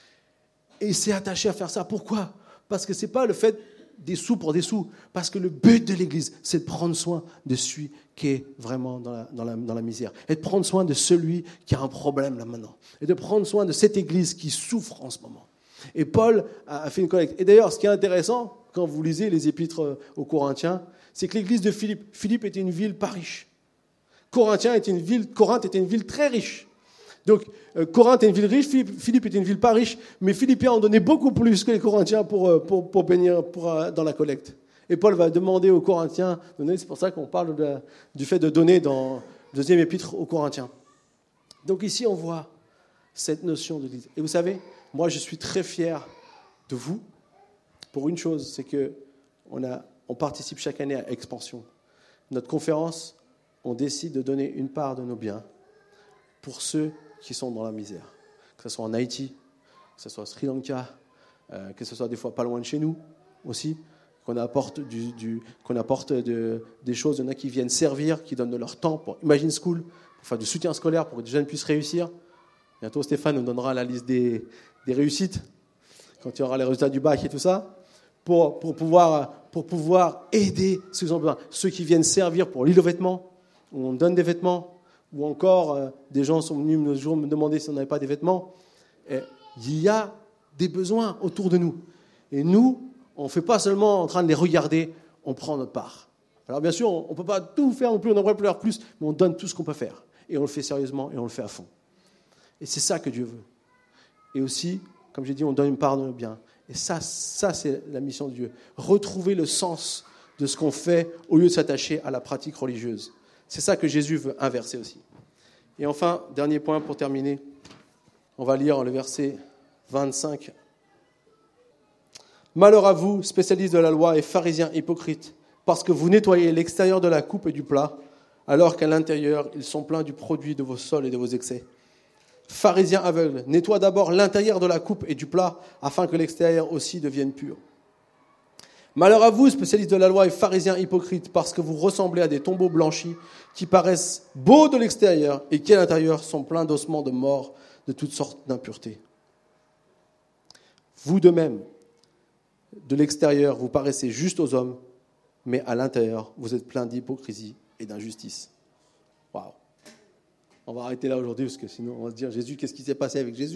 Et il s'est attaché à faire ça. Pourquoi ? Parce que ce n'est pas le fait des sous pour des sous. Parce que le but de l'église, c'est de prendre soin de celui qui est vraiment dans la, dans la, dans la misère. Et de prendre soin de celui qui a un problème là maintenant. Et de prendre soin de cette église qui souffre en ce moment. Et Paul a fait une collecte. Et d'ailleurs, ce qui est intéressant, quand vous lisez les épîtres aux Corinthiens, c'est que l'église de Philippe, Philippe était une ville pas riche. Corinthiens était une ville, Corinthe était une ville très riche. Donc, euh, Corinthe est une ville riche, Philippe, Philippe était une ville pas riche, mais Philippiens ont donné beaucoup plus que les Corinthiens pour, pour, pour bénir pour, euh, dans la collecte. Et Paul va demander aux Corinthiens de donner, c'est pour ça qu'on parle de, du fait de donner dans le deuxième épître aux Corinthiens. Donc ici, on voit cette notion de l'église. Et vous savez, moi, je suis très fier de vous pour une chose, c'est qu'on a, on participe chaque année à Expansion. Notre conférence, on décide de donner une part de nos biens pour ceux qui sont dans la misère. Que ce soit en Haïti, que ce soit au Sri Lanka, euh, que ce soit des fois pas loin de chez nous aussi, qu'on apporte, du, du, qu'on apporte de, des choses. Il y en a qui viennent servir, qui donnent de leur temps pour Imagine School, pour faire du soutien scolaire, pour que des jeunes puissent réussir. Bientôt, Stéphane nous donnera la liste des, des réussites, quand il y aura les résultats du bac et tout ça, pour, pour, pouvoir, pour pouvoir aider ceux qui ont besoin. Ceux qui viennent servir pour l'île aux vêtements, où on donne des vêtements, ou encore euh, des gens sont venus nos jours me demander si on n'avait pas des vêtements. Et il y a des besoins autour de nous. Et nous, on ne fait pas seulement en train de les regarder, on prend notre part. Alors bien sûr, on ne peut pas tout faire non plus, on aimerait faire plus, mais on donne tout ce qu'on peut faire. Et on le fait sérieusement et on le fait à fond. Et c'est ça que Dieu veut. Et aussi, comme j'ai dit, on donne une part de nos biens. Et ça, ça, c'est la mission de Dieu. Retrouver le sens de ce qu'on fait au lieu de s'attacher à la pratique religieuse. C'est ça que Jésus veut inverser aussi. Et enfin, dernier point pour terminer, on va lire le verset vingt-cinq. « Malheur à vous, spécialistes de la loi et pharisiens hypocrites, parce que vous nettoyez l'extérieur de la coupe et du plat, alors qu'à l'intérieur, ils sont pleins du produit de vos sols et de vos excès. Pharisiens aveugles, nettoie d'abord l'intérieur de la coupe et du plat, afin que l'extérieur aussi devienne pur. Malheur à vous, spécialistes de la loi et pharisiens hypocrites, parce que vous ressemblez à des tombeaux blanchis qui paraissent beaux de l'extérieur et qui à l'intérieur sont pleins d'ossements de mort, de toutes sortes d'impuretés. Vous de même, de l'extérieur, vous paraissez juste aux hommes, mais à l'intérieur, vous êtes pleins d'hypocrisie et d'injustice. » Waouh. On va arrêter là aujourd'hui, parce que sinon on va se dire, Jésus, qu'est-ce qui s'est passé avec Jésus ?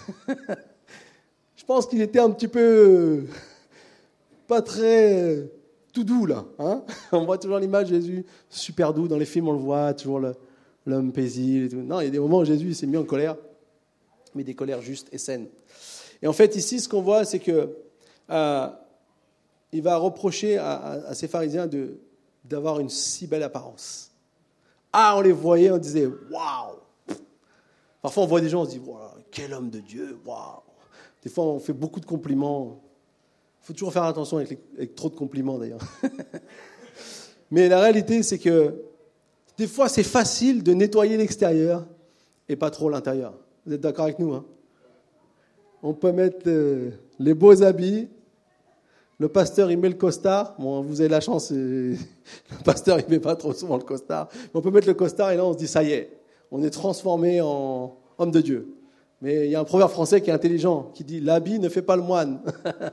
Je pense qu'il était un petit peu pas très tout doux, là. Hein, on voit toujours l'image de Jésus super doux. Dans les films, on le voit, toujours le, l'homme paisible et tout. Non, il y a des moments où Jésus s'est mis en colère, mais des colères justes et saines. Et en fait, ici, ce qu'on voit, c'est que euh, il va reprocher à, à, à ces pharisiens de, d'avoir une si belle apparence. Ah, on les voyait, on disait « Waouh !» Parfois, on voit des gens, on se dit « Waouh, quel homme de Dieu, waouh !» Des fois, on fait beaucoup de compliments. Il faut toujours faire attention avec, les, avec trop de compliments d'ailleurs. Mais la réalité, c'est que des fois, c'est facile de nettoyer l'extérieur et pas trop l'intérieur. Vous êtes d'accord avec nous, hein? On peut mettre euh, les beaux habits. Le pasteur, il met le costard. Bon, vous avez la chance, euh, le pasteur, il ne met pas trop souvent le costard. Mais on peut mettre le costard et là, on se dit, ça y est, on est transformé en homme de Dieu. Mais il y a un proverbe français qui est intelligent, qui dit, l'habit ne fait pas le moine.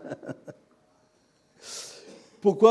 Pourquoi ?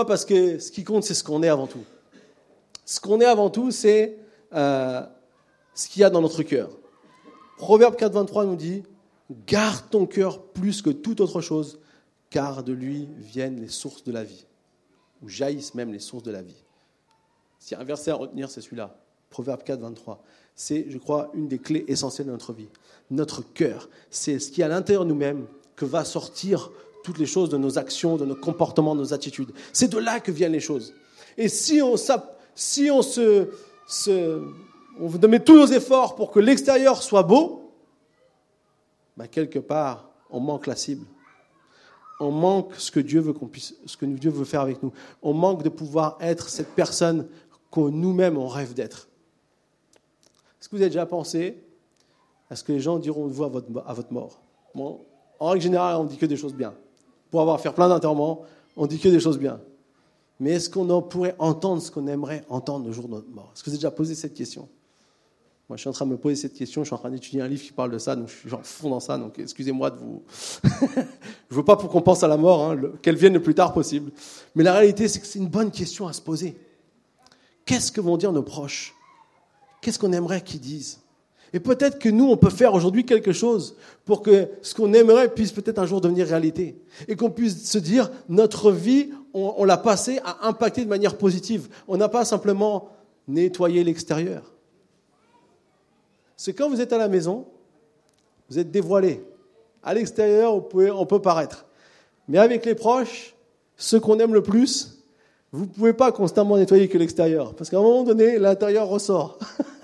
Parce que ce qui compte, c'est ce qu'on est avant tout. Ce qu'on est avant tout, c'est euh, ce qu'il y a dans notre cœur. Proverbe quatre, vingt-trois nous dit, garde ton cœur plus que toute autre chose, car de lui viennent les sources de la vie, ou jaillissent même les sources de la vie. S'il y a un verset à retenir, c'est celui-là, Proverbe quatre, vingt-trois. C'est, je crois, une des clés essentielles de notre vie. Notre cœur, c'est ce qui est à l'intérieur de nous-mêmes que va sortir toutes les choses de nos actions, de nos comportements, de nos attitudes. C'est de là que viennent les choses. Et si on, si on se, se on met tous nos efforts pour que l'extérieur soit beau, ben quelque part, on manque la cible. On manque ce que Dieu veut qu'on puisse, ce que Dieu veut faire avec nous. On manque de pouvoir être cette personne que nous-mêmes on rêve d'être. Est-ce que vous avez déjà pensé à ce que les gens diront de vous à votre, à votre mort ? Bon, en règle générale, on ne dit que des choses bien. Pour avoir fait plein d'enterrements, on ne dit que des choses bien. Mais est-ce qu'on en pourrait entendre ce qu'on aimerait entendre le jour de notre mort ? Est-ce que vous avez déjà posé cette question ? Moi, je suis en train de me poser cette question. Je suis en train d'étudier un livre qui parle de ça, donc je suis en fond dans ça. Donc, excusez-moi de vous. Je veux pas pour qu'on pense à la mort, hein, le... qu'elle vienne le plus tard possible. Mais la réalité, c'est que c'est une bonne question à se poser. Qu'est-ce que vont dire nos proches ? Qu'est-ce qu'on aimerait qu'ils disent ? Et peut-être que nous, on peut faire aujourd'hui quelque chose pour que ce qu'on aimerait puisse peut-être un jour devenir réalité. Et qu'on puisse se dire, notre vie, on, on l'a passée à impacter de manière positive. On n'a pas simplement nettoyé l'extérieur. C'est quand vous êtes à la maison, vous êtes dévoilé. À l'extérieur, on peut, on peut paraître. Mais avec les proches, ceux qu'on aime le plus, vous ne pouvez pas constamment nettoyer que l'extérieur. Parce qu'à un moment donné, l'intérieur ressort.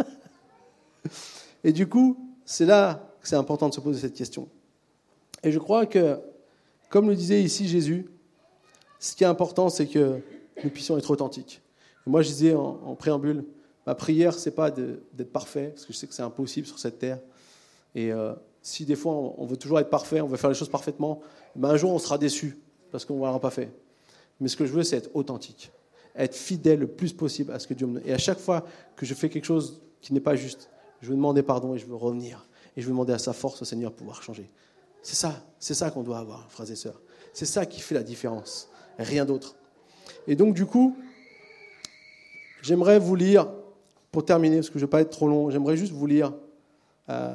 Et du coup, c'est là que c'est important de se poser cette question. Et je crois que, comme le disait ici Jésus, ce qui est important, c'est que nous puissions être authentiques. Et moi, je disais en, en préambule, ma prière, ce n'est pas de, d'être parfait, parce que je sais que c'est impossible sur cette terre. Et euh, si des fois, on, on veut toujours être parfait, on veut faire les choses parfaitement, ben un jour, on sera déçu, parce qu'on ne l'aura pas fait. Mais ce que je veux, c'est être authentique, être fidèle le plus possible à ce que Dieu me donne. Et à chaque fois que je fais quelque chose qui n'est pas juste, je veux demander pardon et je veux revenir. Et je veux demander à sa force, au Seigneur, de pouvoir changer. C'est ça, c'est ça qu'on doit avoir, frères et sœurs. C'est ça qui fait la différence, rien d'autre. Et donc, du coup, j'aimerais vous lire, pour terminer, parce que je ne vais pas être trop long, j'aimerais juste vous lire euh,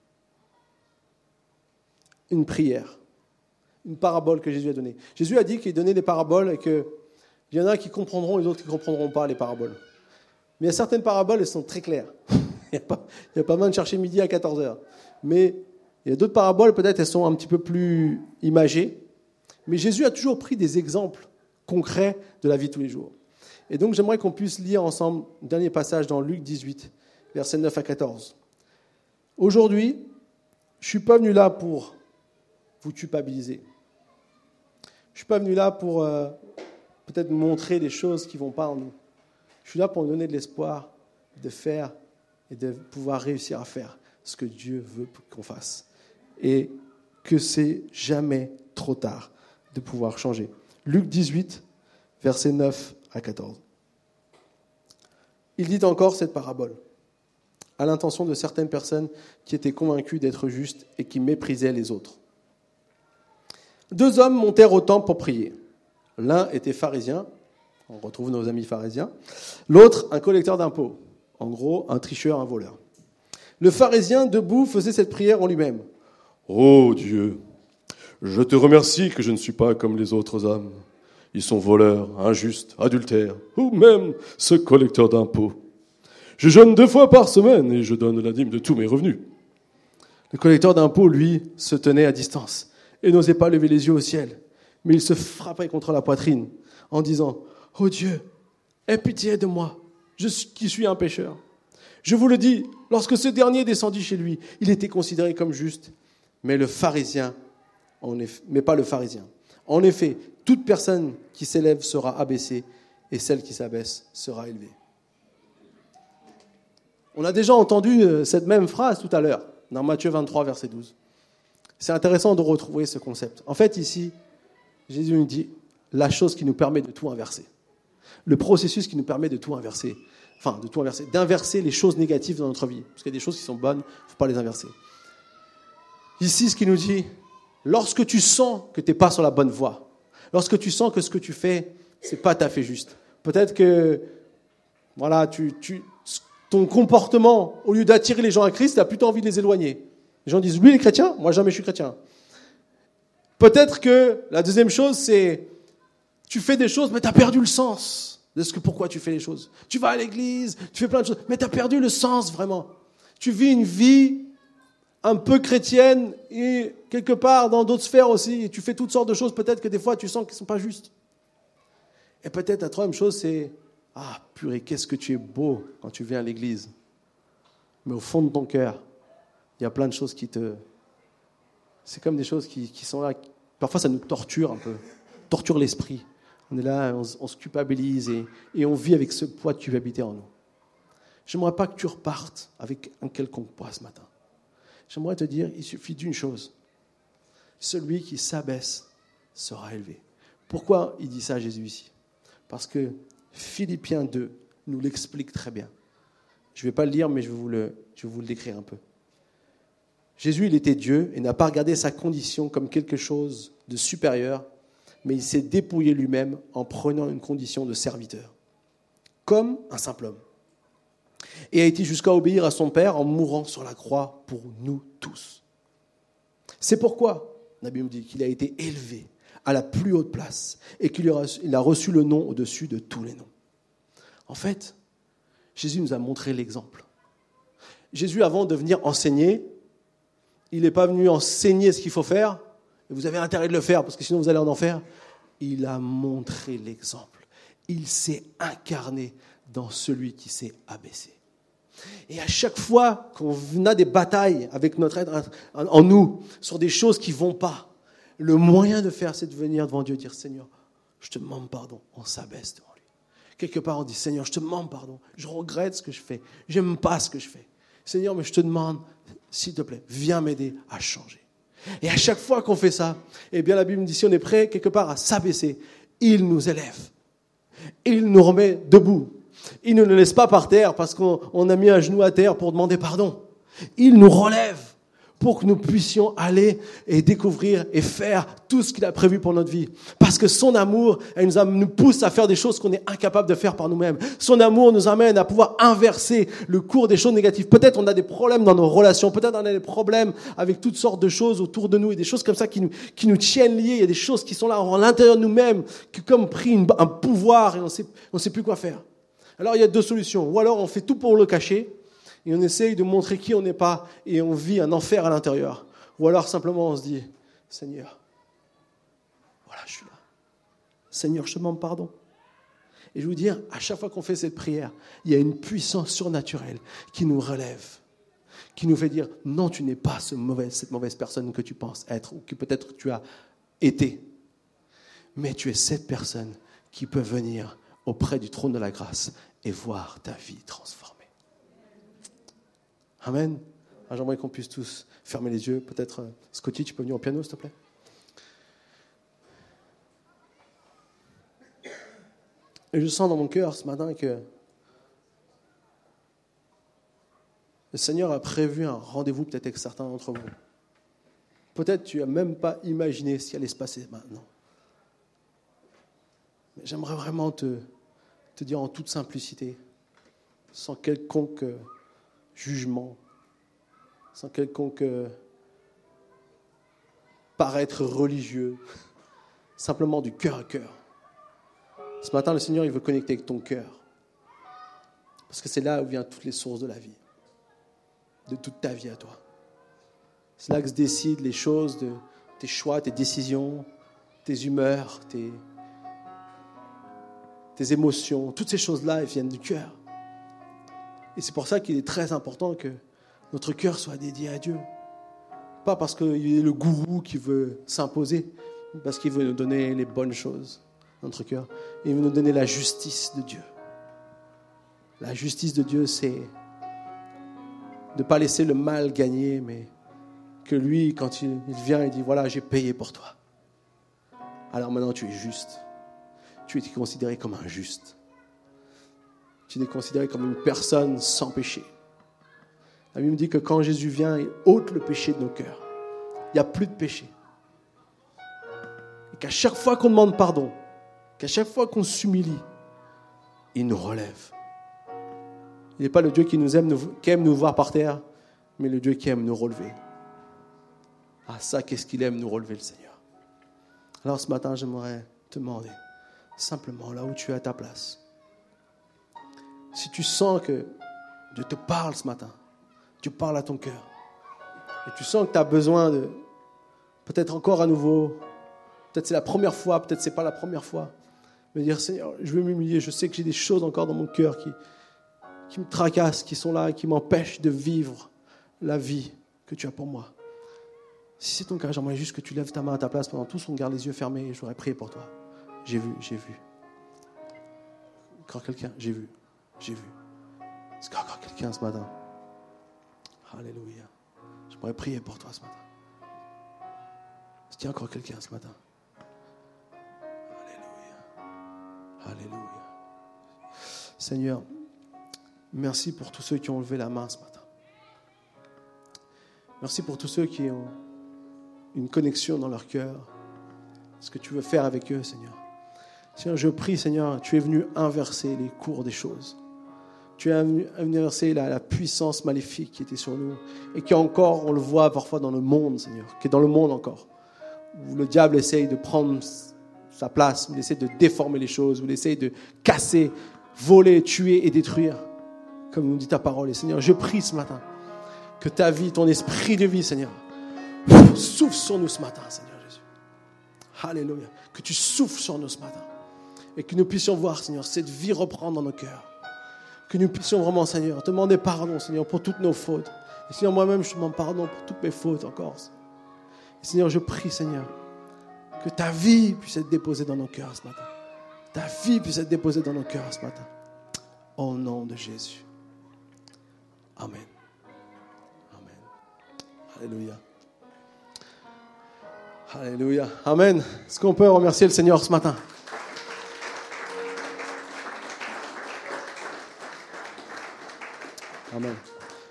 une prière, une parabole que Jésus a donnée. Jésus a dit qu'il donnait des paraboles et qu'il y en a qui comprendront et d'autres qui ne comprendront pas les paraboles. Mais il y a certaines paraboles, elles sont très claires. Il n'y a, a pas besoin de chercher midi à quatorze heures. Mais il y a d'autres paraboles, peut-être elles sont un petit peu plus imagées. Mais Jésus a toujours pris des exemples concrets de la vie de tous les jours. Et donc j'aimerais qu'on puisse lire ensemble un dernier passage dans Luc dix-huit, versets neuf à quatorze. Aujourd'hui, je ne suis pas venu là pour vous culpabiliser. Je ne suis pas venu là pour euh, peut-être montrer des choses qui ne vont pas en nous. Je suis là pour nous donner de l'espoir de faire et de pouvoir réussir à faire ce que Dieu veut qu'on fasse. Et que c'est jamais trop tard de pouvoir changer. Luc dix-huit, versets neuf à quatorze. Il dit encore cette parabole, à l'intention de certaines personnes qui étaient convaincues d'être justes et qui méprisaient les autres. Deux hommes montèrent au temple pour prier. L'un était pharisien, on retrouve nos amis pharisiens, l'autre un collecteur d'impôts. En gros, un tricheur, un voleur. Le pharisien, debout, faisait cette prière en lui-même. « Ô Dieu, je te remercie que je ne suis pas comme les autres hommes. Ils sont voleurs, injustes, adultères, ou même ce collecteur d'impôts. Je jeûne deux fois par semaine et je donne la dîme de tous mes revenus. » Le collecteur d'impôts, lui, se tenait à distance et n'osait pas lever les yeux au ciel. Mais il se frappait contre la poitrine en disant « Ô Dieu, aie pitié de moi. Je qui suis un pécheur. Je vous le dis, lorsque ce dernier descendit chez lui, il était considéré comme juste, mais le pharisien, en effet, mais pas le pharisien. En effet, toute personne qui s'élève sera abaissée et celle qui s'abaisse sera élevée. On a déjà entendu cette même phrase tout à l'heure, dans Matthieu vingt-trois, verset douze. C'est intéressant de retrouver ce concept. En fait, ici, Jésus nous dit la chose qui nous permet de tout inverser. Le processus qui nous permet de tout inverser. Enfin, de tout inverser. D'inverser les choses négatives dans notre vie. Parce qu'il y a des choses qui sont bonnes, il ne faut pas les inverser. Ici, ce qu'il nous dit, lorsque tu sens que tu n'es pas sur la bonne voie, lorsque tu sens que ce que tu fais, ce n'est pas tout à fait juste. Peut-être que, voilà, tu... tu ton comportement, au lieu d'attirer les gens à Christ, tu as plutôt envie de les éloigner. Les gens disent, lui, il est chrétien, moi jamais je suis chrétien. Peut-être que la deuxième chose, c'est, tu fais des choses, mais tu as perdu le sens de ce que, pourquoi tu fais les choses. Tu vas à l'église, tu fais plein de choses, mais tu as perdu le sens vraiment. Tu vis une vie un peu chrétienne et quelque part dans d'autres sphères aussi, et tu fais toutes sortes de choses, peut-être que des fois tu sens qu'elles ne sont pas justes. Et peut-être la troisième chose, c'est, ah, purée, qu'est-ce que tu es beau quand tu viens à l'église. Mais au fond de ton cœur, il y a plein de choses qui te... C'est comme des choses qui, qui sont là. Parfois, ça nous torture un peu, torture l'esprit. On est là, on, on se culpabilise et, et on vit avec ce poids de culpabilité en nous. J'aimerais pas que tu repartes avec un quelconque poids ce matin. J'aimerais te dire, il suffit d'une chose. Celui qui s'abaisse sera élevé. Pourquoi il dit ça, Jésus, ici ? Parce que Philippiens deux nous l'explique très bien. Je ne vais pas le lire, mais je vais vous le, je vais vous le décrire un peu. Jésus, il était Dieu et n'a pas regardé sa condition comme quelque chose de supérieur, mais il s'est dépouillé lui-même en prenant une condition de serviteur, comme un simple homme. Et a été jusqu'à obéir à son Père en mourant sur la croix pour nous tous. C'est pourquoi, la Bible dit qu'il a été élevé à la plus haute place et qu'il a reçu le nom au-dessus de tous les noms. En fait, Jésus nous a montré l'exemple. Jésus, avant de venir enseigner, il n'est pas venu enseigner ce qu'il faut faire, et vous avez intérêt de le faire, parce que sinon vous allez en enfer. Il a montré l'exemple. Il s'est incarné dans celui qui s'est abaissé. Et à chaque fois qu'on a des batailles avec notre être en nous, sur des choses qui ne vont pas, le moyen de faire, c'est de venir devant Dieu et dire, Seigneur, je te demande pardon. On s'abaisse devant lui. Quelque part, on dit, Seigneur, je te demande pardon. Je regrette ce que je fais. J'aime pas ce que je fais. Seigneur, mais je te demande, s'il te plaît, viens m'aider à changer. Et à chaque fois qu'on fait ça, eh bien, la Bible dit, si on est prêt quelque part à s'abaisser, il nous élève. Il nous remet debout. Il ne nous laisse pas par terre parce qu'on on a mis un genou à terre pour demander pardon. Il nous relève pour que nous puissions aller et découvrir et faire tout ce qu'il a prévu pour notre vie. Parce que son amour, elle nous, a, nous pousse à faire des choses qu'on est incapable de faire par nous-mêmes. Son amour nous amène à pouvoir inverser le cours des choses négatives. Peut-être on a des problèmes dans nos relations, peut-être on a des problèmes avec toutes sortes de choses autour de nous et des choses comme ça qui nous, qui nous tiennent liés. Il y a des choses qui sont là à l'intérieur de nous-mêmes, qui ont comme pris une, un pouvoir et on sait, on sait plus quoi faire. Alors il y a deux solutions. Ou alors on fait tout pour le cacher, et on essaye de montrer qui on n'est pas, et on vit un enfer à l'intérieur. Ou alors simplement on se dit, Seigneur, voilà, je suis là. Seigneur, je te demande pardon. Et je vous dire, à chaque fois qu'on fait cette prière, il y a une puissance surnaturelle qui nous relève, qui nous fait dire, non, tu n'es pas ce mauvais, cette mauvaise personne que tu penses être, ou que peut-être tu as été, mais tu es cette personne qui peut venir auprès du trône de la grâce et voir ta vie transformée. Amen. Alors, j'aimerais qu'on puisse tous fermer les yeux. Peut-être, euh, Scotty, tu peux venir au piano, s'il te plaît. Et je sens dans mon cœur ce matin que le Seigneur a prévu un rendez-vous peut-être avec certains d'entre vous. Peut-être tu n'as même pas imaginé ce qui allait se passer maintenant. Mais j'aimerais vraiment te, te dire en toute simplicité, sans quelconque jugement, sans quelconque euh, paraître religieux, simplement du cœur à cœur. Ce matin, le Seigneur, il veut connecter avec ton cœur, parce que c'est là où viennent toutes les sources de la vie, de toute ta vie à toi. C'est là que se décident les choses de tes choix, tes décisions, tes humeurs, tes, tes émotions. Toutes ces choses-là, elles viennent du cœur. Et c'est pour ça qu'il est très important que notre cœur soit dédié à Dieu. Pas parce qu'il est le gourou qui veut s'imposer, parce qu'il veut nous donner les bonnes choses dans notre cœur. Il veut nous donner la justice de Dieu. La justice de Dieu, c'est de ne pas laisser le mal gagner, mais que lui, quand il, il vient, il dit, voilà, j'ai payé pour toi. Alors maintenant, tu es juste. Tu es considéré comme un juste. Tu es considéré comme une personne sans péché. La Bible me dit que quand Jésus vient, il ôte le péché de nos cœurs. Il n'y a plus de péché. Et qu'à chaque fois qu'on demande pardon, qu'à chaque fois qu'on s'humilie, il nous relève. Il n'est pas le Dieu qui nous aime, nous, qui aime nous voir par terre, mais le Dieu qui aime nous relever. Ah ça, qu'est-ce qu'il aime nous relever, le Seigneur. Alors ce matin, j'aimerais te demander, simplement là où tu es à ta place, si tu sens que Dieu te parle ce matin, Dieu parle à ton cœur, et tu sens que tu as besoin de, peut-être encore à nouveau, peut-être c'est la première fois, peut-être c'est pas la première fois, mais dire Seigneur, je veux m'humilier, je sais que j'ai des choses encore dans mon cœur qui, qui me tracassent, qui sont là, qui m'empêchent de vivre la vie que tu as pour moi. Si c'est ton cas, j'aimerais juste que tu lèves ta main à ta place pendant tous, on garde les yeux fermés et j'aurais prié pour toi. J'ai vu, j'ai vu. Encore quelqu'un, j'ai vu, j'ai vu. Est-ce qu'il y a encore quelqu'un ce matin? Alléluia. J'aimerais prier pour toi ce matin. Est-ce qu'il y a encore quelqu'un ce matin? Alléluia. Alléluia. Seigneur, merci pour tous ceux qui ont levé la main ce matin. Merci pour tous ceux qui ont une connexion dans leur cœur. Ce que tu veux faire avec eux, Seigneur. Seigneur, je prie, Seigneur, tu es venu inverser les cours des choses. Tu es venu inverser la, la puissance maléfique qui était sur nous et qui encore, on le voit parfois dans le monde, Seigneur, qui est dans le monde encore, où le diable essaye de prendre sa place, où il essaie de déformer les choses, où il essaie de casser, voler, tuer et détruire, comme nous dit ta parole. Et Seigneur, je prie ce matin que ta vie, ton esprit de vie, Seigneur, souffle sur nous ce matin, Seigneur Jésus. Alléluia. Que tu souffles sur nous ce matin. Et que nous puissions voir, Seigneur, cette vie reprendre dans nos cœurs. Que nous puissions vraiment, Seigneur, te demander pardon, Seigneur, pour toutes nos fautes. Et Seigneur, moi-même, je te demande pardon pour toutes mes fautes encore. Et Seigneur, je prie, Seigneur, que ta vie puisse être déposée dans nos cœurs ce matin. Ta vie puisse être déposée dans nos cœurs ce matin. Au nom de Jésus. Amen. Amen. Alléluia. Alléluia. Amen. Est-ce qu'on peut remercier le Seigneur ce matin? Amen.